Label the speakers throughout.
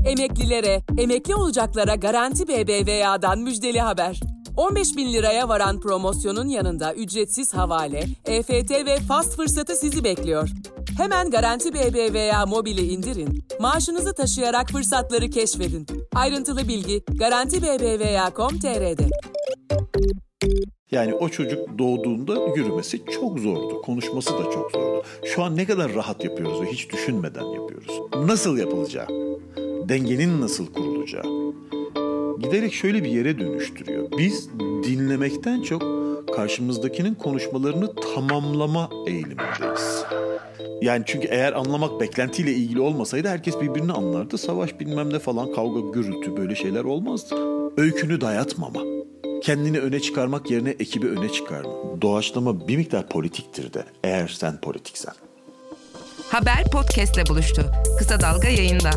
Speaker 1: Emeklilere, emekli olacaklara Garanti BBVA'dan müjdeli haber. 15.000 liraya varan promosyonun yanında ücretsiz havale, EFT ve fast fırsatı sizi bekliyor. Hemen Garanti BBVA mobili indirin, maaşınızı taşıyarak fırsatları keşfedin. Ayrıntılı bilgi garantibbva.com.tr'de.
Speaker 2: Yani o çocuk doğduğunda yürümesi çok zordu, konuşması da çok zordu. Şu an ne kadar rahat yapıyoruz ve hiç düşünmeden yapıyoruz. Nasıl yapılacağı, dengenin nasıl kurulacağı giderek şöyle bir yere dönüştürüyor. Biz dinlemekten çok karşımızdakinin konuşmalarını tamamlama eğilimindeyiz. Yani çünkü eğer anlamak beklentiyle ilgili olmasaydı herkes birbirini anlardı. Savaş bilmem ne falan, kavga, gürültü böyle şeyler olmazdı. Öykünü dayatmama, kendini öne çıkarmak yerine ekibi öne çıkarma. Doğaçlama bir miktar politiktir de eğer sen politiksen.
Speaker 3: Haber podcast'le buluştu. Kısa Dalga yayında.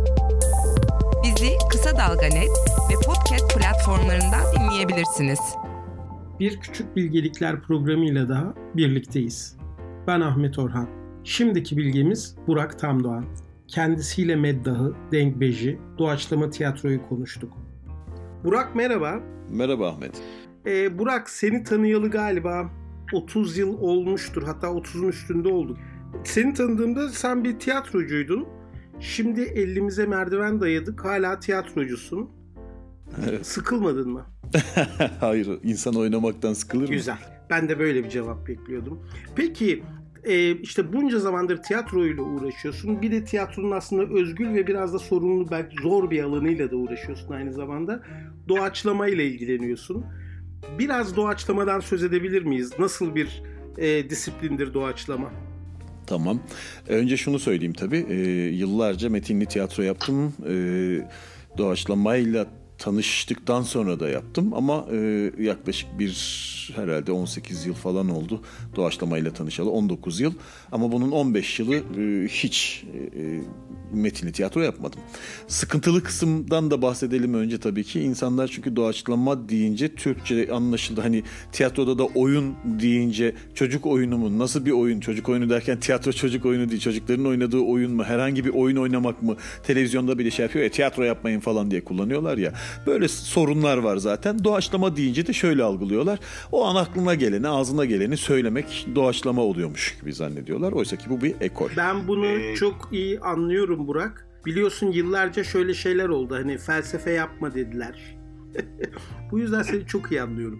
Speaker 3: Bizi Kısa Dalga Net ve podcast platformlarından dinleyebilirsiniz.
Speaker 4: Bir Küçük Bilgelikler programıyla daha birlikteyiz. Ben Ahmet Orhan. Şimdiki bilgimiz Burak Tamdoğan. Kendisiyle Meddah'ı, Denkbeji, doğaçlama tiyatroyu konuştuk. Burak merhaba.
Speaker 2: Merhaba Ahmet.
Speaker 4: Burak, seni tanıyalı galiba 30 yıl olmuştur. Hatta 30'un üstünde olduk. Seni tanıdığımda sen bir tiyatrocuydun. Şimdi elimize merdiven dayadık. Hala tiyatrocusun.
Speaker 2: Evet.
Speaker 4: Sıkılmadın mı?
Speaker 2: Hayır, insan oynamaktan sıkılır mı?
Speaker 4: Güzel. Ben de böyle bir cevap bekliyordum. Peki işte bunca zamandır tiyatroyla uğraşıyorsun. Bir de tiyatronun aslında özgül ve biraz da sorunlu, belki zor bir alanıyla da uğraşıyorsun aynı zamanda. Doğaçlamayla ilgileniyorsun. Biraz doğaçlamadan söz edebilir miyiz? Nasıl bir disiplindir doğaçlama?
Speaker 2: Tamam. Önce şunu söyleyeyim tabii. Yıllarca metinli tiyatro yaptım. Doğaçlamayla tanıştıktan sonra da yaptım ama yaklaşık herhalde 18 yıl falan oldu doğaçlamayla tanışalı, 19 yıl, ama bunun 15 yılı hiç metinli tiyatro yapmadım. Sıkıntılı kısımdan da bahsedelim önce tabii ki. İnsanlar çünkü doğaçlama deyince Türkçe anlaşıldı. Hani tiyatroda da oyun deyince çocuk oyunu mu? Nasıl bir oyun? Çocuk oyunu derken tiyatro çocuk oyunu değil. Çocukların oynadığı oyun mu? Herhangi bir oyun oynamak mı? Televizyonda bile şey yapıyor ya, tiyatro yapmayın falan diye kullanıyorlar ya. Böyle sorunlar var zaten. Doğaçlama deyince de şöyle algılıyorlar. O an aklına geleni, ağzına geleni söylemek doğaçlama oluyormuş gibi zannediyorlar. Oysa ki bu bir ekol.
Speaker 4: Ben bunu çok iyi anlıyorum Burak. Biliyorsun yıllarca şöyle şeyler oldu. Hani felsefe yapma dediler. Bu yüzden seni çok iyi anlıyorum.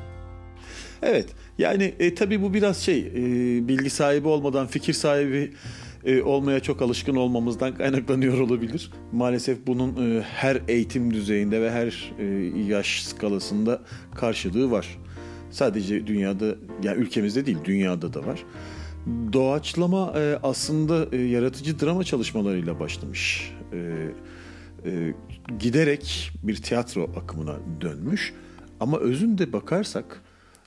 Speaker 2: Evet. Yani tabii bu biraz bilgi sahibi olmadan fikir sahibi olmaya çok alışkın olmamızdan kaynaklanıyor olabilir. Maalesef bunun her eğitim düzeyinde ve her yaş skalasında karşılığı var. Sadece dünyada, yani ülkemizde değil, dünyada da var. Doğaçlama aslında yaratıcı drama çalışmalarıyla başlamış. Giderek bir tiyatro akımına dönmüş. Ama özünde bakarsak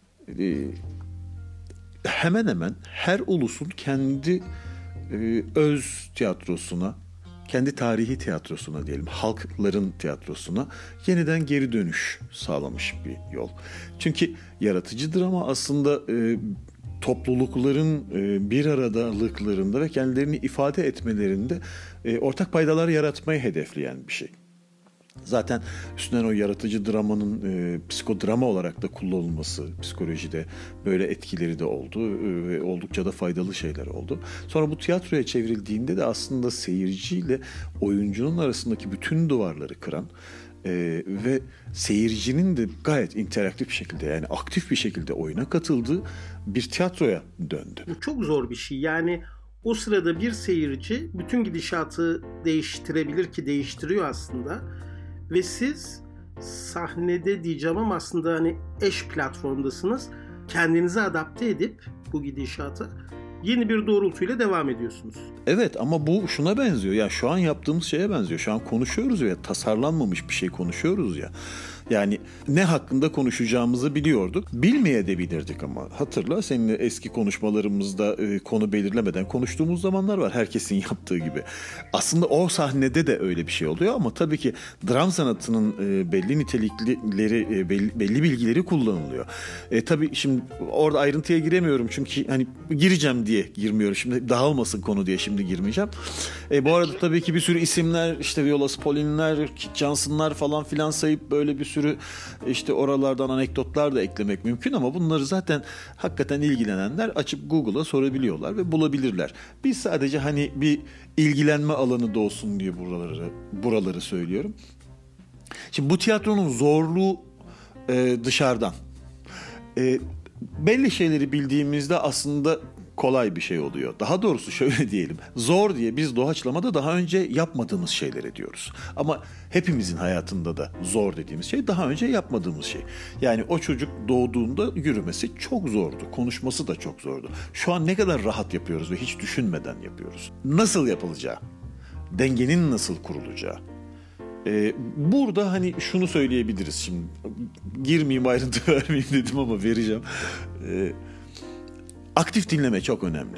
Speaker 2: hemen hemen her ulusun kendi öz tiyatrosuna, kendi tarihi tiyatrosuna diyelim, halkların tiyatrosuna yeniden geri dönüş sağlamış bir yol. Çünkü yaratıcı drama aslında toplulukların bir aradalıklarında ve kendilerini ifade etmelerinde ortak paydalar yaratmayı hedefleyen bir şey. Zaten üstünden o yaratıcı dramanın psikodrama olarak da kullanılması psikolojide böyle etkileri de oldu ve oldukça da faydalı şeyler oldu. Sonra bu tiyatroya çevrildiğinde de aslında seyirciyle oyuncunun arasındaki bütün duvarları kıran ve seyircinin de gayet interaktif bir şekilde, yani aktif bir şekilde oyuna katıldığı bir tiyatroya döndü.
Speaker 4: Bu çok zor bir şey. Yani o sırada bir seyirci bütün gidişatı değiştirebilir ki değiştiriyor aslında. Ve siz sahnede diyeceğim ama aslında hani eş platformdasınız. Kendinizi adapte edip bu gidişata yeni bir doğrultuyla devam ediyorsunuz.
Speaker 2: Evet, ama bu şuna benziyor. Ya şu an yaptığımız şeye benziyor. Şu an konuşuyoruz ya, tasarlanmamış bir şey konuşuyoruz ya. Yani ne hakkında konuşacağımızı biliyorduk. Bilmeyebilirdik ama. Hatırla, seninle eski konuşmalarımızda konu belirlemeden konuştuğumuz zamanlar var. Herkesin yaptığı gibi. Aslında o sahnede de öyle bir şey oluyor ama tabii ki dram sanatının belli nitelikleri, belli bilgileri kullanılıyor. Tabii şimdi orada ayrıntıya giremiyorum çünkü hani gireceğim diye girmiyorum. Şimdi dağılmasın konu diye şimdi girmeyeceğim. Bu arada tabii ki bir sürü isimler, işte Viola Spolini'ler, Kit Johnson'lar falan filan sayıp böyle bir sürü işte oralardan anekdotlar da eklemek mümkün ama bunları zaten hakikaten ilgilenenler açıp Google'a sorabiliyorlar ve bulabilirler. Biz sadece hani bir ilgilenme alanı da olsun diye buraları söylüyorum. Şimdi bu tiyatronun zorluğu dışarıdan. Belli şeyleri bildiğimizde aslında kolay bir şey oluyor. Daha doğrusu şöyle diyelim. Zor diye biz doğaçlamada daha önce yapmadığımız şeyler diyoruz. Ama hepimizin hayatında da zor dediğimiz şey daha önce yapmadığımız şey. Yani o çocuk doğduğunda yürümesi çok zordu. Konuşması da çok zordu. Şu an ne kadar rahat yapıyoruz ve hiç düşünmeden yapıyoruz. Nasıl yapılacağı, dengenin nasıl kurulacağı. Burada hani şunu söyleyebiliriz şimdi. Girmeyeyim, ayrıntı vermeyeyim dedim ama vereceğim. Aktif dinleme çok önemli.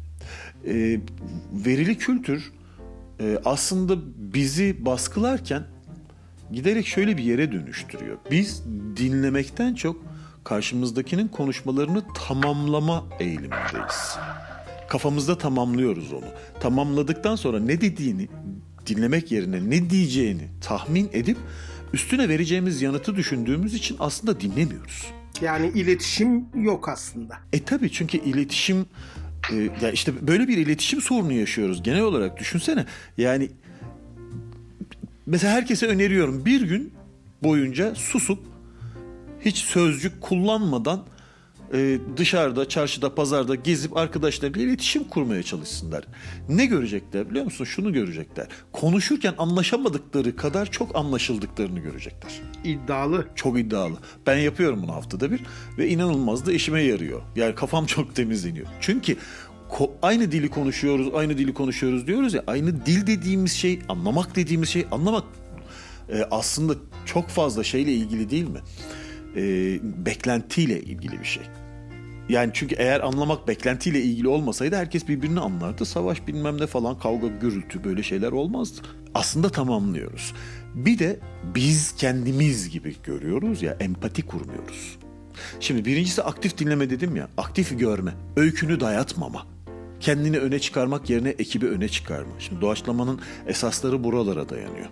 Speaker 2: Verili kültür aslında bizi baskılarken giderek şöyle bir yere dönüştürüyor. Biz dinlemekten çok karşımızdakinin konuşmalarını tamamlama eğilimindeyiz. Kafamızda tamamlıyoruz onu. Tamamladıktan sonra ne dediğini dinlemek yerine ne diyeceğini tahmin edip üstüne vereceğimiz yanıtı düşündüğümüz için aslında dinlemiyoruz.
Speaker 4: Yani iletişim yok aslında.
Speaker 2: Tabii çünkü iletişim ya işte böyle bir iletişim sorunu yaşıyoruz genel olarak, düşünsene. Yani mesela herkese öneriyorum, bir gün boyunca susup hiç sözcük kullanmadan dışarıda, çarşıda, pazarda gezip arkadaşlarıyla iletişim kurmaya çalışsınlar. Ne görecekler biliyor musun? Şunu görecekler. Konuşurken anlaşamadıkları kadar çok anlaşıldıklarını görecekler.
Speaker 4: İddialı.
Speaker 2: Çok iddialı. Ben yapıyorum bunu haftada bir ve inanılmaz da işime yarıyor. Yani kafam çok temizleniyor. Çünkü aynı dili konuşuyoruz diyoruz ya, aynı dil dediğimiz şey, anlamak dediğimiz şey, anlamak aslında çok fazla şeyle ilgili değil mi? Beklentiyle ilgili bir şey. Yani çünkü eğer anlamak beklentiyle ilgili olmasaydı herkes birbirini anlardı. Savaş bilmem ne falan, kavga, gürültü, böyle şeyler olmazdı. Aslında tamamlıyoruz. Bir de biz kendimiz gibi görüyoruz ya, empati kurmuyoruz. Şimdi birincisi aktif dinleme dedim ya, aktif görme, öykünü dayatmama. Kendini öne çıkarmak yerine ekibi öne çıkarma. Şimdi doğaçlamanın esasları buralara dayanıyor.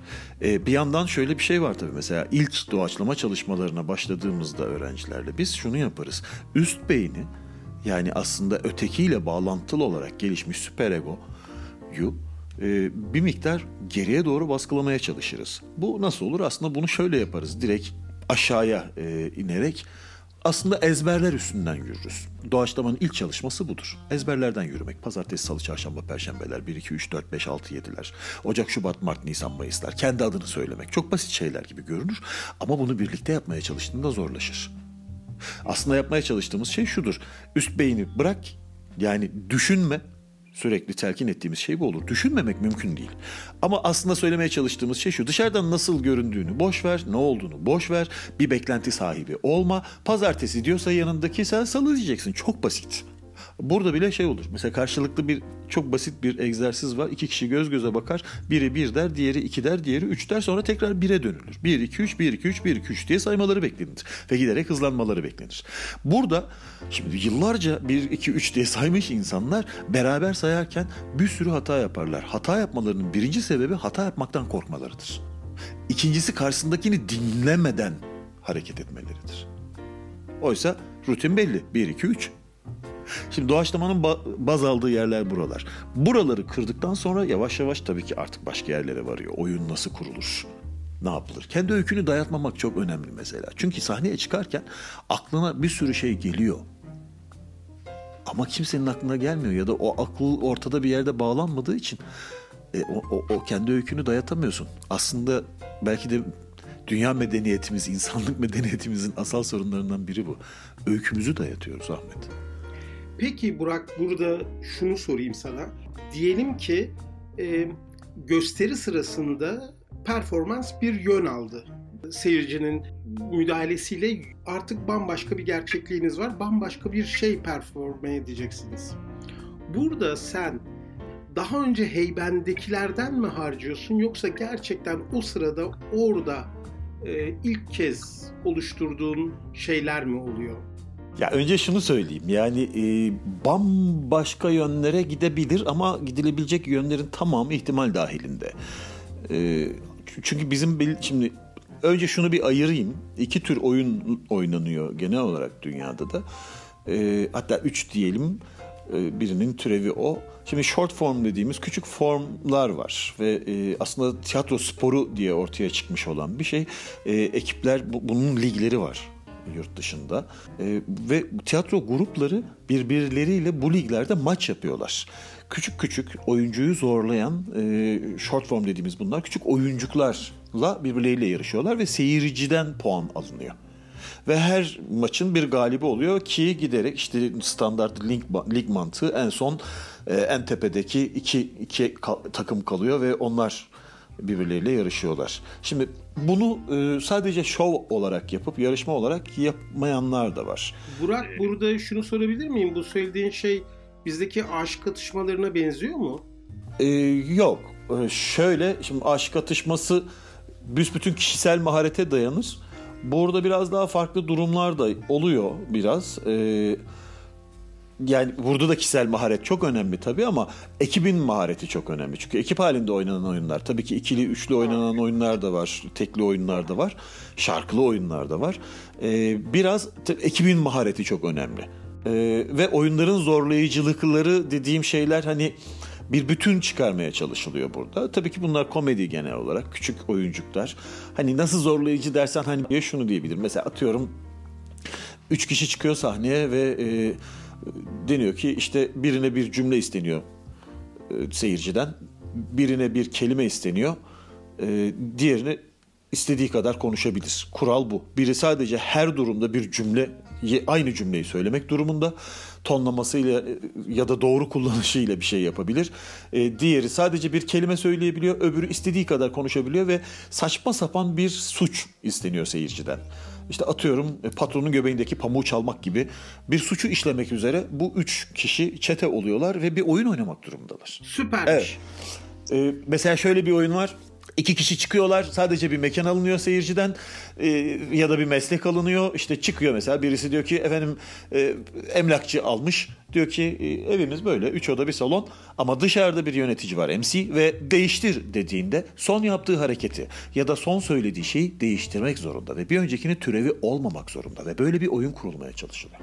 Speaker 2: Bir yandan şöyle bir şey var tabii, mesela ilk doğaçlama çalışmalarına başladığımızda öğrencilerle biz şunu yaparız. Üst beyni, yani aslında ötekiyle bağlantılı olarak gelişmiş süperegoyu bir miktar geriye doğru baskılamaya çalışırız. Bu nasıl olur? Aslında bunu şöyle yaparız. Direkt aşağıya inerek aslında ezberler üstünden yürürüz. Doğaçlamanın ilk çalışması budur. Ezberlerden yürümek. Pazartesi, salı, çarşamba, perşembeler, 1, 2, 3, 4, 5, 6, 7'ler. Ocak, Şubat, Mart, Nisan, Mayıslar. Kendi adını söylemek. Çok basit şeyler gibi görünür ama bunu birlikte yapmaya çalıştığında zorlaşır. Aslında yapmaya çalıştığımız şey şudur. Üst beyni bırak, yani düşünme. Sürekli telkin ettiğimiz şey bu olur. Düşünmemek mümkün değil. Ama aslında söylemeye çalıştığımız şey şu. Dışarıdan nasıl göründüğünü boş ver, ne olduğunu boş ver. Bir beklenti sahibi olma. Pazartesi diyorsa yanındaki sen salı diyeceksin. Çok basit. Burada bile şey olur. Mesela karşılıklı bir çok basit bir egzersiz var. 2 kişi göz göze bakar. Biri 1 der, diğeri 2 der, diğeri 3 der. Sonra tekrar 1'e dönülür. 1, 2, 3, 1, 2, 3, 1, 2, 3 diye saymaları beklenir. Ve giderek hızlanmaları beklenir. Burada şimdi yıllarca 1, 2, 3 diye saymış insanlar beraber sayarken bir sürü hata yaparlar. Hata yapmalarının birinci sebebi hata yapmaktan korkmalarıdır. İkincisi karşısındakini dinlemeden hareket etmeleridir. Oysa rutin belli. 1, 2, 3. Şimdi doğaçlamanın baz aldığı yerler buralar. Buraları kırdıktan sonra yavaş yavaş tabii ki artık başka yerlere varıyor. Oyun nasıl kurulur? Ne yapılır? Kendi öykünü dayatmamak çok önemli mesela. Çünkü sahneye çıkarken aklına bir sürü şey geliyor. Ama kimsenin aklına gelmiyor ya da o akıl ortada bir yerde bağlanmadığı için o kendi öykünü dayatamıyorsun. Aslında belki de dünya medeniyetimiz, insanlık medeniyetimizin asal sorunlarından biri bu. Öykümüzü dayatıyoruz Ahmet.
Speaker 4: Peki Burak, burada şunu sorayım sana. Diyelim ki gösteri sırasında performans bir yön aldı. seyircinin müdahalesiyle artık bambaşka bir gerçekliğiniz var. Bambaşka bir şey performe edeceksiniz. Burada sen daha önce heybendekilerden mi harcıyorsun yoksa gerçekten o sırada orada ilk kez oluşturduğun şeyler mi oluyor?
Speaker 2: Ya önce şunu söyleyeyim, yani bambaşka yönlere gidebilir ama gidilebilecek yönlerin tamamı ihtimal dahilinde. Çünkü bizim şimdi önce şunu bir ayırayım. 2 tür oyun oynanıyor genel olarak dünyada da. Hatta 3 diyelim. Birinin türevi o. Şimdi short form dediğimiz küçük formlar var ve aslında tiyatro sporu diye ortaya çıkmış olan bir şey. Ekipler bunun ligleri var yurt dışında ve tiyatro grupları birbirleriyle bu liglerde maç yapıyorlar. Küçük küçük oyuncuyu zorlayan short form dediğimiz bunlar küçük oyuncuklarla birbirleriyle yarışıyorlar ve seyirciden puan alınıyor. Ve her maçın bir galibi oluyor ki giderek işte standart lig mantığı en son en tepedeki iki takım kalıyor ve onlar birbirleriyle yarışıyorlar. Şimdi bunu sadece şov olarak yapıp yarışma olarak yapmayanlar da var.
Speaker 4: Burak, burada şunu sorabilir miyim? Bu söylediğin şey bizdeki aşk atışmalarına benziyor mu?
Speaker 2: Yok. Şöyle, şimdi aşk atışması büsbütün kişisel maharete dayanır. Burada biraz daha farklı durumlar da oluyor biraz. Yani burada da kişisel maharet çok önemli tabii ama ekibin mahareti çok önemli. Çünkü ekip halinde oynanan oyunlar, tabii ki ikili, üçlü oynanan oyunlar da var, tekli oyunlar da var, şarkılı oyunlar da var. Biraz ekibin mahareti çok önemli. Ve oyunların zorlayıcılıkları dediğim şeyler hani bir bütün çıkarmaya çalışılıyor burada. Tabii ki bunlar komedi genel olarak, küçük oyuncuklar. Hani nasıl zorlayıcı dersen hani şunu diyebilirim. Mesela atıyorum 3 kişi çıkıyor sahneye ve deniyor ki işte birine bir cümle isteniyor seyirciden. Birine bir kelime isteniyor. Diğerine istediği kadar konuşabilir. Kural bu. Biri sadece her durumda bir cümle, aynı cümleyi söylemek durumunda. Tonlamasıyla ya da doğru kullanışıyla bir şey yapabilir. Diğeri sadece bir kelime söyleyebiliyor. Öbürü istediği kadar konuşabiliyor ve saçma sapan bir suç isteniyor seyirciden. İşte atıyorum patronun göbeğindeki pamuğu çalmak gibi bir suçu işlemek üzere bu 3 kişi çete oluyorlar ve bir oyun oynamak durumundalar.
Speaker 4: Süpermiş.
Speaker 2: Evet. Mesela şöyle bir oyun var. 2 kişi çıkıyorlar, sadece bir mekan alınıyor seyirciden ya da bir meslek alınıyor. İşte çıkıyor mesela, birisi diyor ki efendim emlakçı almış. Diyor ki evimiz böyle 3 oda bir salon ama dışarıda bir yönetici var, MC, ve değiştir dediğinde son yaptığı hareketi ya da son söylediği şeyi değiştirmek zorunda ve bir öncekinin türevi olmamak zorunda ve böyle bir oyun kurulmaya çalışılıyor.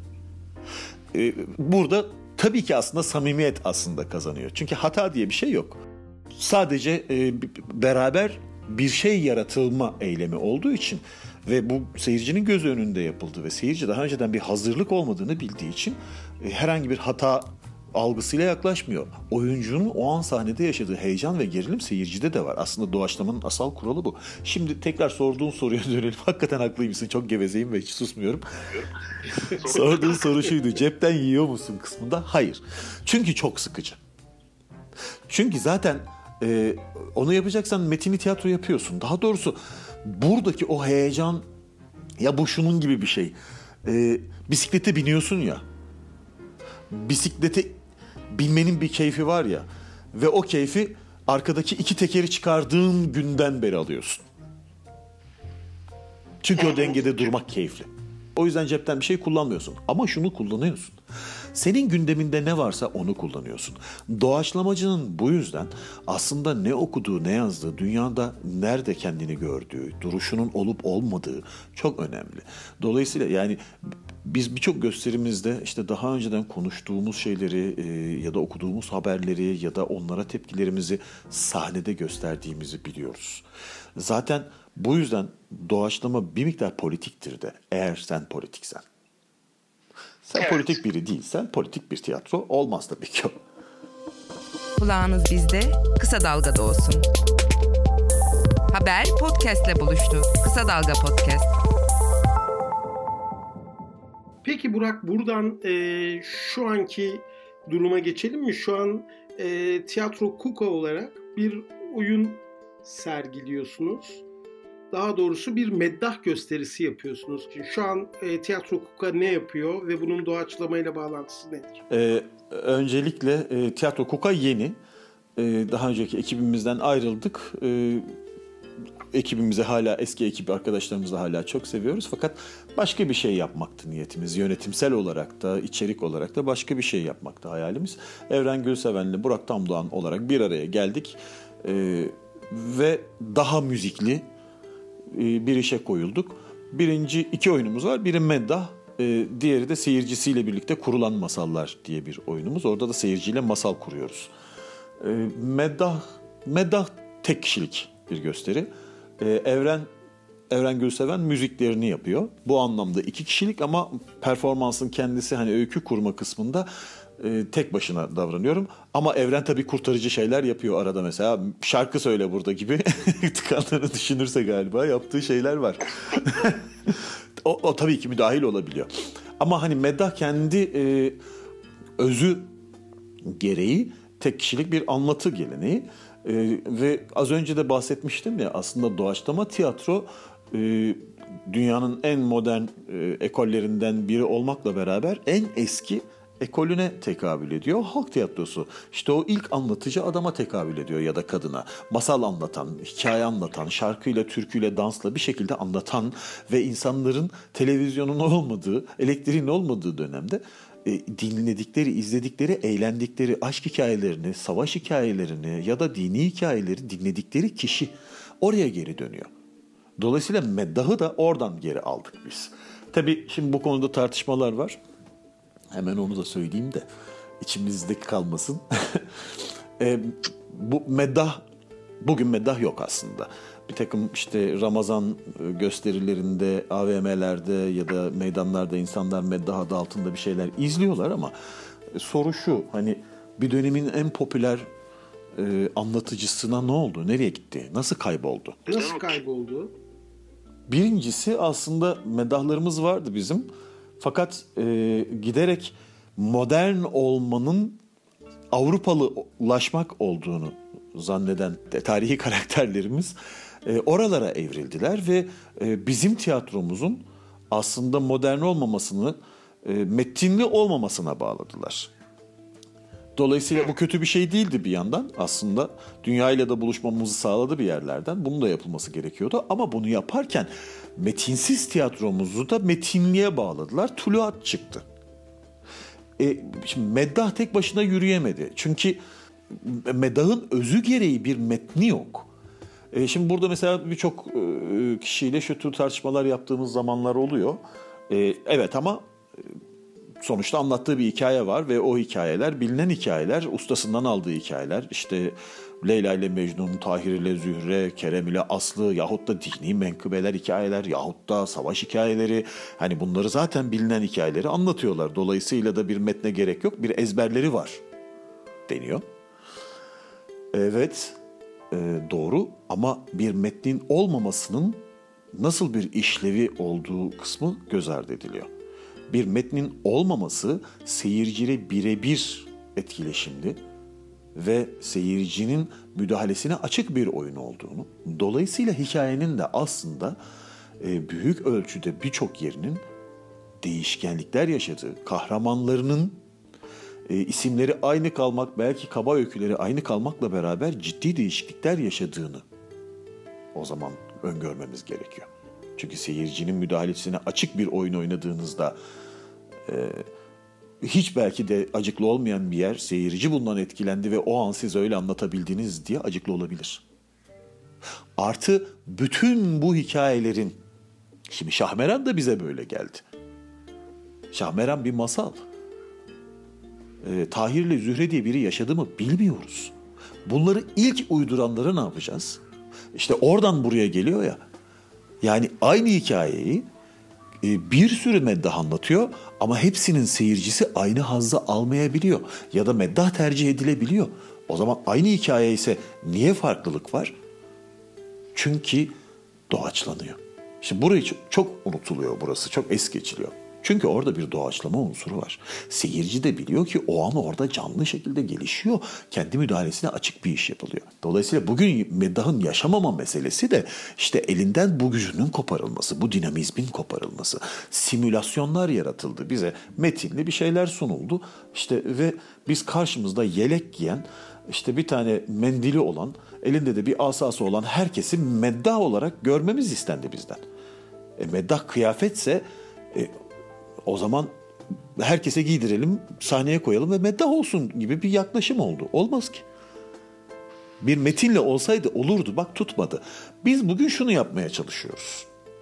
Speaker 2: Burada tabii ki aslında samimiyet aslında kazanıyor. Çünkü hata diye bir şey yok. Sadece beraber bir şey yaratılma eylemi olduğu için ve bu seyircinin göz önünde yapıldı ve seyirci daha önceden bir hazırlık olmadığını bildiği için herhangi bir hata algısıyla yaklaşmıyor. Oyuncunun o an sahnede yaşadığı heyecan ve gerilim seyircide de var. Aslında doğaçlamanın asal kuralı bu. Şimdi tekrar sorduğun soruya dönelim. Hakikaten haklıymışsın. Çok gevezeyim ve hiç susmuyorum. Sorduğun soru şuydu. Cepten yiyor musun kısmında? Hayır. Çünkü çok sıkıcı. Çünkü zaten onu yapacaksan metinli tiyatro yapıyorsun. Daha doğrusu buradaki o heyecan, ya bu şunun gibi bir şey. Bisiklete biniyorsun ya. Bisiklete binmenin bir keyfi var ya. Ve o keyfi arkadaki 2 tekeri çıkardığın günden beri alıyorsun. Çünkü o dengede durmak keyifli. O yüzden cepten bir şey kullanmıyorsun. Ama şunu kullanıyorsun. Senin gündeminde ne varsa onu kullanıyorsun. Doğaçlamacının bu yüzden aslında ne okuduğu, ne yazdığı, dünyada nerede kendini gördüğü, duruşunun olup olmadığı çok önemli. Dolayısıyla yani biz birçok gösterimizde işte daha önceden konuştuğumuz şeyleri ya da okuduğumuz haberleri ya da onlara tepkilerimizi sahnede gösterdiğimizi biliyoruz. Zaten bu yüzden doğaçlama bir miktar politiktir de, eğer sen politiksen. Sen evet. Politik biri değilsen politik bir tiyatro olmaz tabii ki.
Speaker 3: Kulağınız bizde, Kısa Dalga'da olsun. Haber podcast'le buluştu. Kısa Dalga Podcast.
Speaker 4: Peki Burak, buradan şu anki duruma geçelim mi? Şu an Tiyatro KUKA olarak bir oyun sergiliyorsunuz. Daha doğrusu bir meddah gösterisi yapıyorsunuz. Şu an Tiyatro KUKA ne yapıyor ve bunun doğaçlamayla bağlantısı nedir?
Speaker 2: Öncelikle Tiyatro KUKA yeni. Daha önceki ekibimizden ayrıldık. Ekibimizi hala, eski ekip arkadaşlarımızı hala çok seviyoruz. Fakat başka bir şey yapmaktı niyetimiz. Yönetimsel olarak da, içerik olarak da başka bir şey yapmaktı hayalimiz. Evren Gülseven'le Burak Tamdoğan olarak bir araya geldik. Ve daha müzikli bir işe koyulduk. İki oyunumuz var. Biri Meddah, diğeri de seyircisiyle birlikte kurulan masallar diye bir oyunumuz. Orada da seyirciyle masal kuruyoruz. Meddah tek kişilik bir gösteri. Evren Gülseven müziklerini yapıyor. Bu anlamda 2 kişilik ama performansın kendisi, hani öykü kurma kısmında tek başına davranıyorum. Ama Evren tabii kurtarıcı şeyler yapıyor arada, mesela şarkı söyle burada gibi tıkandığını düşünürse galiba yaptığı şeyler var. o tabii ki müdahil olabiliyor. Ama hani Meddah kendi özü gereği tek kişilik bir anlatı geleneği. Ve az önce de bahsetmiştim ya, aslında doğaçlama tiyatro dünyanın en modern ekollerinden biri olmakla beraber en eski ekolüne tekabül ediyor. Halk tiyatrosu işte o ilk anlatıcı adama tekabül ediyor ya da kadına. Masal anlatan, hikaye anlatan, şarkıyla, türküyle, dansla bir şekilde anlatan ve insanların televizyonun olmadığı, elektriğin olmadığı dönemde dinledikleri, izledikleri, eğlendikleri aşk hikayelerini, savaş hikayelerini ya da dini hikayeleri dinledikleri kişi oraya geri dönüyor. Dolayısıyla Meddah'ı da oradan geri aldık biz. Tabii şimdi bu konuda tartışmalar var. Hemen onu da söyleyeyim de içimizde kalmasın. Bu Meddah, bugün Meddah yok aslında. Bir takım işte Ramazan gösterilerinde, AVM'lerde ya da meydanlarda insanlar Meddah adı altında bir şeyler izliyorlar ama soru şu, hani bir dönemin en popüler anlatıcısına ne oldu? Nereye gitti? Nasıl kayboldu?
Speaker 4: Nasıl kayboldu?
Speaker 2: Birincisi, aslında meddahlarımız vardı bizim. Fakat giderek modern olmanın Avrupalılaşmak olduğunu zanneden tarihi karakterlerimiz oralara evrildiler ve bizim tiyatromuzun aslında modern olmamasını metinli olmamasına bağladılar. Dolayısıyla bu kötü bir şey değildi bir yandan. Aslında dünyayla da buluşmamızı sağladı bir yerlerden. Bunun da yapılması gerekiyordu. Ama bunu yaparken metinsiz tiyatromuzu da metinliğe bağladılar. Tuluat çıktı. Şimdi Meddah tek başına yürüyemedi. Çünkü Meddah'ın özü gereği bir metni yok. Şimdi burada mesela birçok kişiyle şu tür tartışmalar yaptığımız zamanlar oluyor. Evet, ama sonuçta anlattığı bir hikaye var ve o hikayeler bilinen hikayeler, ustasından aldığı hikayeler. İşte Leyla ile Mecnun, Tahir ile Zühre, Kerem ile Aslı yahut da dini menkıbeler hikayeler yahut da savaş hikayeleri. Hani bunları zaten bilinen hikayeleri anlatıyorlar. Dolayısıyla da bir metne gerek yok, bir ezberleri var deniyor. Evet, doğru, ama bir metnin olmamasının nasıl bir işlevi olduğu kısmı göz ardı ediliyor. Bir metnin olmaması seyirciyle birebir etkileşimli ve seyircinin müdahalesine açık bir oyun olduğunu, dolayısıyla hikayenin de aslında büyük ölçüde birçok yerinin değişkenlikler yaşadığı, kahramanlarının isimleri aynı kalmak, belki kaba öyküleri aynı kalmakla beraber ciddi değişiklikler yaşadığını o zaman öngörmemiz gerekiyor. Çünkü seyircinin müdahalesine açık bir oyun oynadığınızda hiç belki de acıklı olmayan bir yer, seyirci bundan etkilendi ve o an siz öyle anlatabildiniz diye acıklı olabilir. Artı bütün bu hikayelerin, şimdi Şahmeran da bize böyle geldi. Şahmeran bir masal. Tahir ile Zühre diye biri yaşadı mı bilmiyoruz. Bunları ilk uyduranları ne yapacağız? İşte oradan buraya geliyor ya. Yani aynı hikayeyi bir sürü meddah anlatıyor ama hepsinin seyircisi aynı hazzı almayabiliyor. Ya da meddah tercih edilebiliyor. O zaman aynı hikaye ise niye farklılık var? Çünkü doğaçlanıyor. Şimdi burayı çok unutuluyor burası. Çok es geçiliyor. Çünkü orada bir doğaçlama unsuru var. Seyirci de biliyor ki o an orada canlı şekilde gelişiyor. Kendi müdahalesine açık bir iş yapılıyor. Dolayısıyla bugün meddahın yaşamama meselesi de işte elinden bu gücünün koparılması, bu dinamizmin koparılması. Simülasyonlar yaratıldı. Bize metinli bir şeyler sunuldu. İşte ve biz karşımızda yelek giyen, işte bir tane mendili olan, elinde de bir asası olan herkesi meddah olarak görmemiz istendi bizden. Meddah kıyafetse o zaman herkese giydirelim, sahneye koyalım ve meddah olsun gibi bir yaklaşım oldu. Olmaz ki. Bir metinle olsaydı olurdu. Bak tutmadı. Biz bugün şunu yapmaya çalışıyoruz.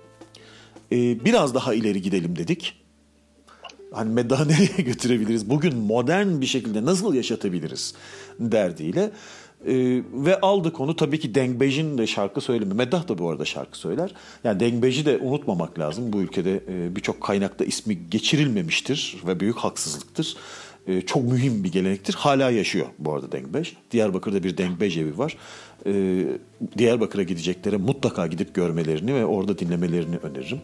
Speaker 2: Biraz daha ileri gidelim dedik. Hani meddahı nereye götürebiliriz? Bugün modern bir şekilde nasıl yaşatabiliriz derdiyle. Ve aldık onu. Tabii ki Dengbej'in de şarkı söylemi. Meddah da bu arada şarkı söyler. Yani Dengbej'i de unutmamak lazım. Bu ülkede birçok kaynakta ismi geçirilmemiştir ve büyük haksızlıktır. Çok mühim bir gelenektir. Hala yaşıyor bu arada Dengbej. Diyarbakır'da bir Dengbej evi var. Diyarbakır'a gideceklere mutlaka gidip görmelerini ve orada dinlemelerini öneririm.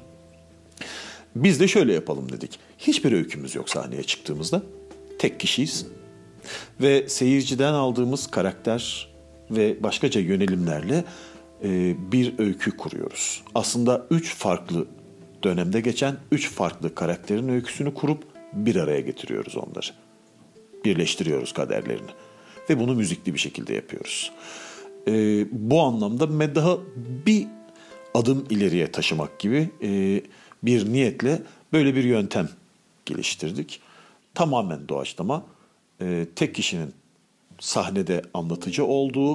Speaker 2: Biz de şöyle yapalım dedik. Hiçbir öykümüz yok sahneye çıktığımızda. Tek kişiyiz. Ve seyirciden aldığımız karakter ve başkaca yönelimlerle bir öykü kuruyoruz. Aslında 3 farklı dönemde geçen 3 farklı karakterin öyküsünü kurup bir araya getiriyoruz onları. Birleştiriyoruz kaderlerini. Ve bunu müzikli bir şekilde yapıyoruz. Bu anlamda meddahı bir adım ileriye taşımak gibi bir niyetle böyle bir yöntem geliştirdik. Tamamen doğaçlama. Tek kişinin sahnede anlatıcı olduğu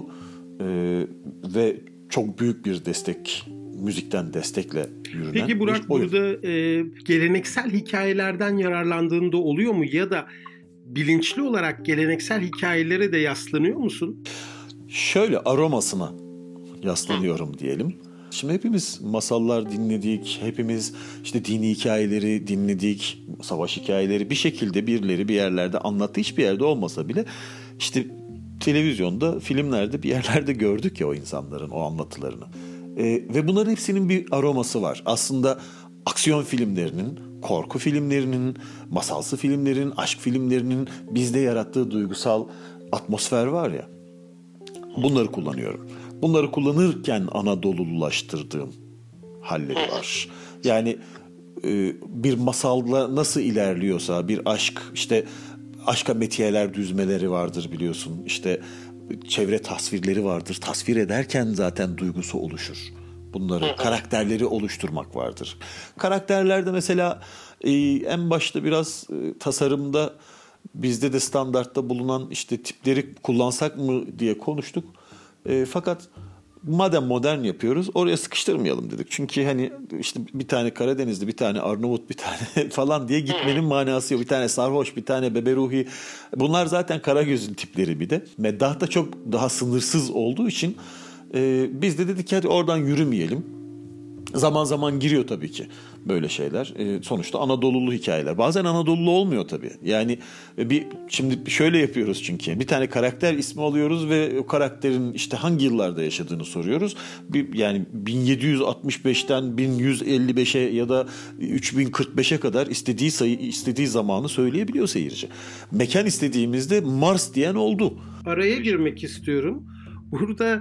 Speaker 2: ve çok büyük bir destek, müzikten destekle yürünen.
Speaker 4: Peki Burak, burada geleneksel hikayelerden yararlandığında oluyor mu? Ya da bilinçli olarak geleneksel hikayelere de yaslanıyor musun?
Speaker 2: Şöyle aromasına yaslanıyorum diyelim. Şimdi hepimiz masallar dinledik, hepimiz işte dini hikayeleri dinledik, savaş hikayeleri bir şekilde birileri bir yerlerde anlattı. Hiçbir yerde olmasa bile işte televizyonda, filmlerde bir yerlerde gördük ya o insanların o anlatılarını. Ve bunların hepsinin bir aroması var. Aslında aksiyon filmlerinin, korku filmlerinin, masalsı filmlerin, aşk filmlerinin bizde yarattığı duygusal atmosfer var ya. Bunları kullanıyorum. Bunları kullanırken Anadolulaştırdığım halleri var. Yani bir masalda nasıl ilerliyorsa bir aşk, işte aşka metiyeler düzmeleri vardır biliyorsun. İşte çevre tasvirleri vardır. Tasvir ederken zaten duygusu oluşur. Bunları, karakterleri oluşturmak vardır. Karakterlerde mesela en başta biraz tasarımda bizde de standartta bulunan işte tipleri kullansak mı diye konuştuk. Fakat madem modern yapıyoruz oraya sıkıştırmayalım dedik. Çünkü hani işte bir tane Karadenizli, bir tane Arnavut, bir tane falan diye gitmenin manası yok. Bir tane sarhoş, bir tane beberuhi. Bunlar zaten Karagöz'ün tipleri bir de. Meddah da çok daha sınırsız olduğu için biz de dedik ki hadi oradan yürümeyelim. Zaman zaman giriyor tabii ki böyle şeyler. Sonuçta Anadolulu hikayeler. Bazen Anadolulu olmuyor tabii. Yani şimdi şöyle yapıyoruz çünkü. Bir tane karakter ismi alıyoruz ve o karakterin işte hangi yıllarda yaşadığını soruyoruz. Yani 1765'ten 1155'e ya da 3045'e kadar istediği sayı, istediği zamanı söyleyebiliyor seyirci. Mekan istediğimizde Mars diyen oldu.
Speaker 4: Araya girmek istiyorum. Burada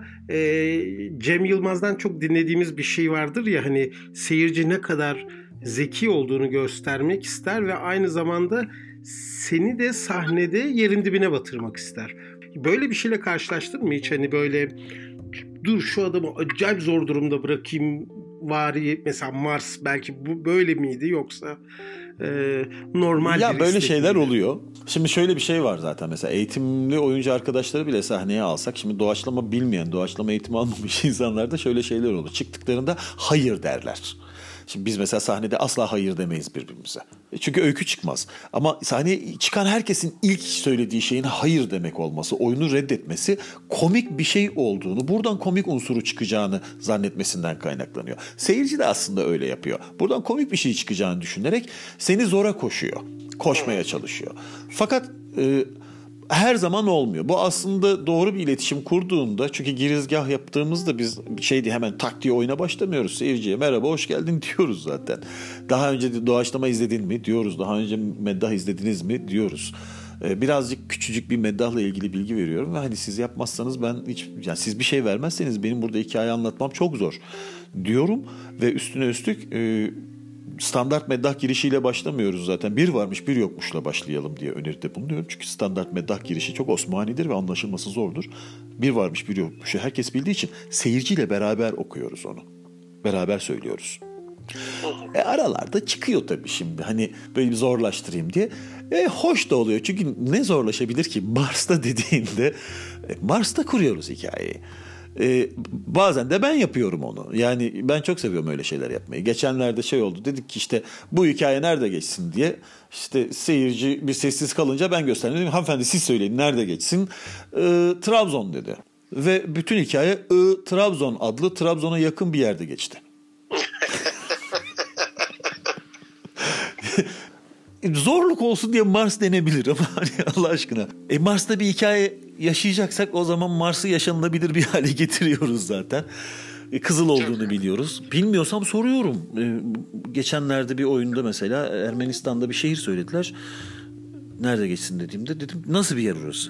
Speaker 4: Cem Yılmaz'dan çok dinlediğimiz bir şey vardır ya, hani seyirci ne kadar zeki olduğunu göstermek ister ve aynı zamanda seni de sahnede yerin dibine batırmak ister. Böyle bir şeyle karşılaştın mı hiç? Hani böyle dur şu adamı acayip zor durumda bırakayım vari, mesela Mars belki bu böyle miydi yoksa normal
Speaker 2: ya
Speaker 4: bir
Speaker 2: böyle
Speaker 4: istek
Speaker 2: şeyler
Speaker 4: miydi?
Speaker 2: oluyor. Şimdi şöyle bir şey var zaten, mesela eğitimli oyuncu arkadaşları bile sahneye alsak, şimdi doğaçlama bilmeyen, doğaçlama eğitimi almamış insanlarda şöyle şeyler olur. Çıktıklarında hayır derler. Şimdi biz mesela sahnede asla hayır demeyiz birbirimize. Çünkü öykü çıkmaz. Ama sahneye çıkan herkesin ilk söylediği şeyin hayır demek olması, oyunu reddetmesi komik bir şey olduğunu, buradan komik unsuru çıkacağını zannetmesinden kaynaklanıyor. Seyirci de aslında öyle yapıyor. Buradan komik bir şey çıkacağını düşünerek seni zora koşuyor. Koşmaya çalışıyor. Fakat her zaman olmuyor. Bu aslında doğru bir iletişim kurduğunda, çünkü girizgah yaptığımızda biz hemen tak diye oyuna başlamıyoruz. Seyirciye merhaba hoş geldin diyoruz zaten. Daha önce de doğaçlama izledin mi diyoruz. Daha önce meddah izlediniz mi diyoruz. Birazcık küçücük bir meddahla ilgili bilgi veriyorum ve hani siz yapmazsanız yani siz bir şey vermezseniz benim burada hikaye anlatmam çok zor diyorum ve üstüne üstlük standart meddah girişiyle başlamıyoruz zaten. Bir varmış bir yokmuşla başlayalım diye öneride bulunuyorum. Çünkü standart meddah girişi çok Osmani'dir ve anlaşılması zordur. Bir varmış bir yokmuşu herkes bildiği için seyirciyle beraber okuyoruz onu. Beraber söylüyoruz. Aralarda çıkıyor tabii şimdi hani böyle bir zorlaştırayım diye. Hoş da oluyor çünkü ne zorlaşabilir ki Mars'ta dediğinde Mars'ta kuruyoruz hikayeyi. Bazen de ben yapıyorum onu. Yani ben çok seviyorum öyle şeyler yapmayı. Geçenlerde oldu, dedik ki işte bu hikaye nerede geçsin diye. İşte seyirci bir sessiz kalınca ben gösterdim. Dedim, hanımefendi siz söyleyin nerede geçsin? Trabzon dedi. Ve bütün hikaye Trabzon adlı Trabzon'a yakın bir yerde geçti. Zorluk olsun diye Mars denebilir ama hani Allah aşkına. Mars'ta bir hikaye yaşayacaksak o zaman Mars'ı yaşanılabilir bir hale getiriyoruz zaten. Kızıl olduğunu biliyoruz. Bilmiyorsam soruyorum. Geçenlerde bir oyunda mesela Ermenistan'da bir şehir söylediler. Nerede geçsin dediğimde dedim nasıl bir yer orası?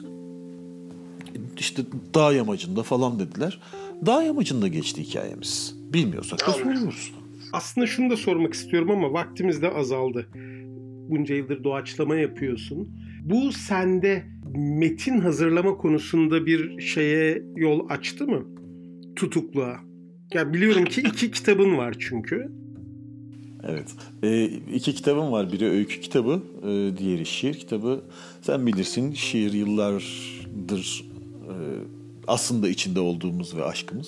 Speaker 2: İşte dağ yamacında falan dediler. Dağ yamacında geçti hikayemiz. Bilmiyorsak da soruyoruz.
Speaker 4: Aslında şunu da sormak istiyorum ama vaktimiz de azaldı. Bunca yıldır doğaçlama yapıyorsun. Bu sende metin hazırlama konusunda bir şeye yol açtı mı? Tutukluğa. Ya biliyorum ki 2 kitabın var çünkü.
Speaker 2: Evet. 2 kitabım var. Biri öykü kitabı, diğeri şiir kitabı. Sen bilirsin şiir yıllardır aslında içinde olduğumuz ve aşkımız.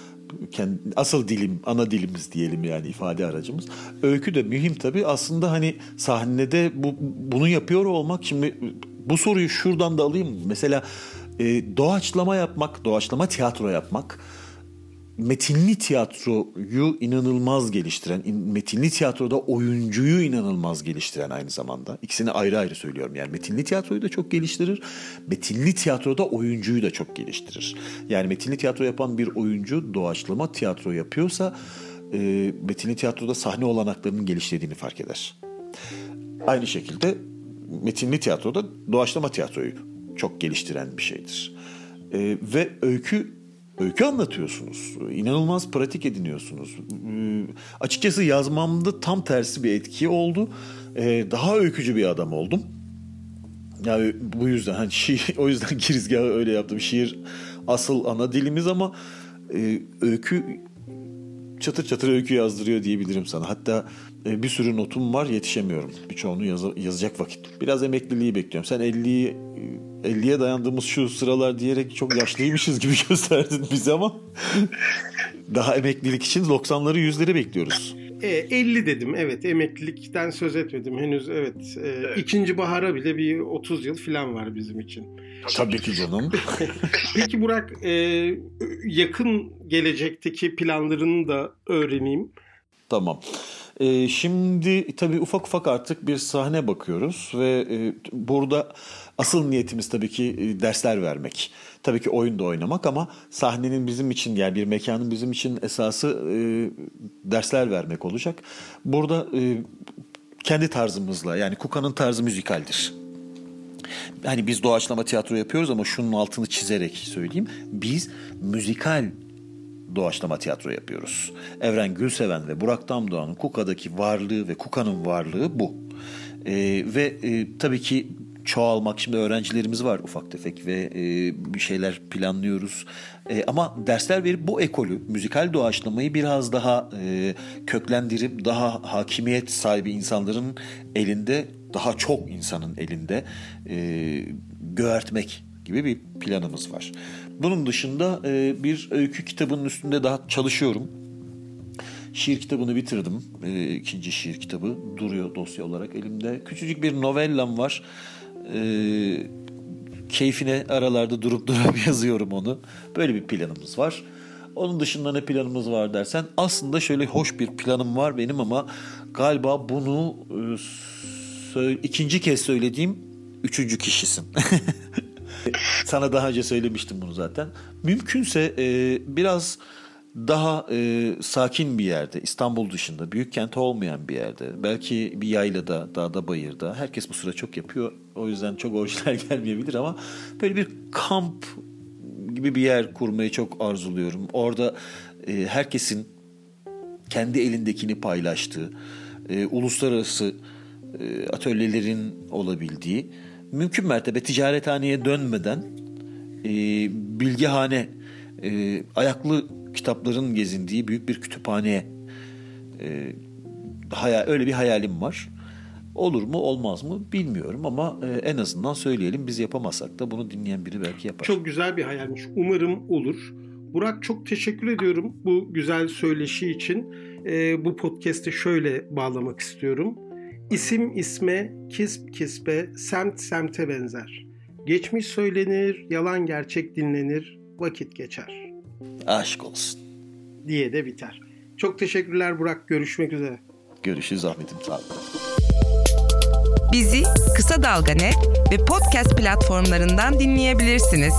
Speaker 2: Asıl dilim, ana dilimiz diyelim yani ifade aracımız. Öykü de mühim tabii. Aslında hani sahnede bunu yapıyor olmak, şimdi bu soruyu şuradan da alayım. Mesela doğaçlama yapmak, doğaçlama tiyatro yapmak metinli tiyatroyu inanılmaz geliştiren, metinli tiyatroda oyuncuyu inanılmaz geliştiren aynı zamanda. İkisini ayrı ayrı söylüyorum. Yani metinli tiyatroyu da çok geliştirir, metinli tiyatroda oyuncuyu da çok geliştirir. Yani metinli tiyatro yapan bir oyuncu doğaçlama tiyatro yapıyorsa metinli tiyatroda sahne olanaklarının geliştirdiğini fark eder. Aynı şekilde metinli tiyatroda doğaçlama tiyatroyu çok geliştiren bir şeydir. Ve öykü anlatıyorsunuz. İnanılmaz pratik ediniyorsunuz. Açıkçası yazmamda tam tersi bir etki oldu. Daha öykücü bir adam oldum. Yani bu yüzden hani o yüzden girizgahı öyle yaptım. Şiir asıl ana dilimiz ama öykü çatır çatır öykü yazdırıyor diyebilirim sana. Hatta bir sürü notum var, yetişemiyorum. Birçoğunu yazacak vakit. Biraz emekliliği bekliyorum. Sen 50'ye dayandığımız şu sıralar diyerek çok yaşlıymışız gibi gösterdin bize ama daha emeklilik için 90'ları 100'leri bekliyoruz.
Speaker 4: 50 dedim, evet, emeklilikten söz etmedim henüz, evet. İkinci bahara bile bir 30 yıl falan var bizim için.
Speaker 2: Tabii ki canım.
Speaker 4: Peki Burak, yakın gelecekteki planlarını da öğreneyim.
Speaker 2: Tamam. Şimdi tabii ufak ufak artık bir sahne bakıyoruz ve burada asıl niyetimiz tabii ki dersler vermek. Tabii ki oyun da oynamak ama sahnenin bizim için, yani bir mekanın bizim için esası dersler vermek olacak. Burada kendi tarzımızla, yani Kuka'nın tarzı müzikaldir. Yani biz doğaçlama tiyatro yapıyoruz ama şunun altını çizerek söyleyeyim. Biz müzikal doğaçlama tiyatro yapıyoruz. Evren Gülseven ve Burak Damdoğan'ın Kuka'daki varlığı ve Kuka'nın varlığı bu. Tabii ki çoğalmak, şimdi öğrencilerimiz var ufak tefek ve bir şeyler planlıyoruz. Ama dersler verip bu ekolü, müzikal doğaçlamayı biraz daha köklendirip daha hakimiyet sahibi insanların elinde, daha çok insanın elinde göğertmek gibi bir planımız var. Bunun dışında bir öykü kitabının üstünde daha çalışıyorum. Şiir kitabını bitirdim. 2. şiir kitabı duruyor dosya olarak elimde. Küçücük bir novellam var. Keyfine aralarda durup yazıyorum onu. Böyle bir planımız var. Onun dışında ne planımız var dersen, aslında şöyle hoş bir planım var benim ama galiba bunu 2. kez söylediğim 3. kişisin. Sana daha önce söylemiştim bunu zaten. Mümkünse biraz daha sakin bir yerde, İstanbul dışında, büyük kent olmayan bir yerde, belki bir yaylada, dağda, bayırda. Herkes bu sıra çok yapıyor. O yüzden çok orijinal gelmeyebilir ama böyle bir kamp gibi bir yer kurmayı çok arzuluyorum. Orada herkesin kendi elindekini paylaştığı, uluslararası atölyelerin olabildiği, mümkün mertebe ticarethaneye dönmeden bilgihane, ayaklı kitapların gezindiği büyük bir kütüphaneye, öyle bir hayalim var. Olur mu olmaz mı bilmiyorum ama en azından söyleyelim, biz yapamazsak da bunu dinleyen biri belki yapar.
Speaker 4: Çok güzel bir hayalmiş. Umarım olur. Burak, çok teşekkür ediyorum bu güzel söyleşi için. Bu podcast'i şöyle bağlamak istiyorum. İsim isme, kisp kispe, semt semte benzer. Geçmiş söylenir, yalan gerçek dinlenir, vakit geçer.
Speaker 2: Aşk olsun.
Speaker 4: Diye de biter. Çok teşekkürler Burak. Görüşmek üzere.
Speaker 2: Görüşürüz Ahmet'im. Sağ olun.
Speaker 3: Bizi Kısa Dalga Net ve podcast platformlarından dinleyebilirsiniz.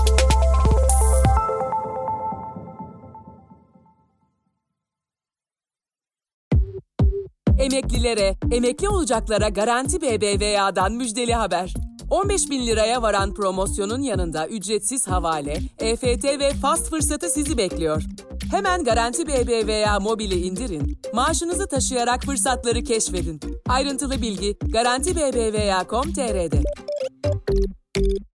Speaker 1: Emeklilere, emekli olacaklara Garanti BBVA'dan müjdeli haber. 15.000 liraya varan promosyonun yanında ücretsiz havale, EFT ve fast fırsatı sizi bekliyor. Hemen Garanti BBVA mobili indirin, maaşınızı taşıyarak fırsatları keşfedin. Ayrıntılı bilgi garantibbva.com.tr'de.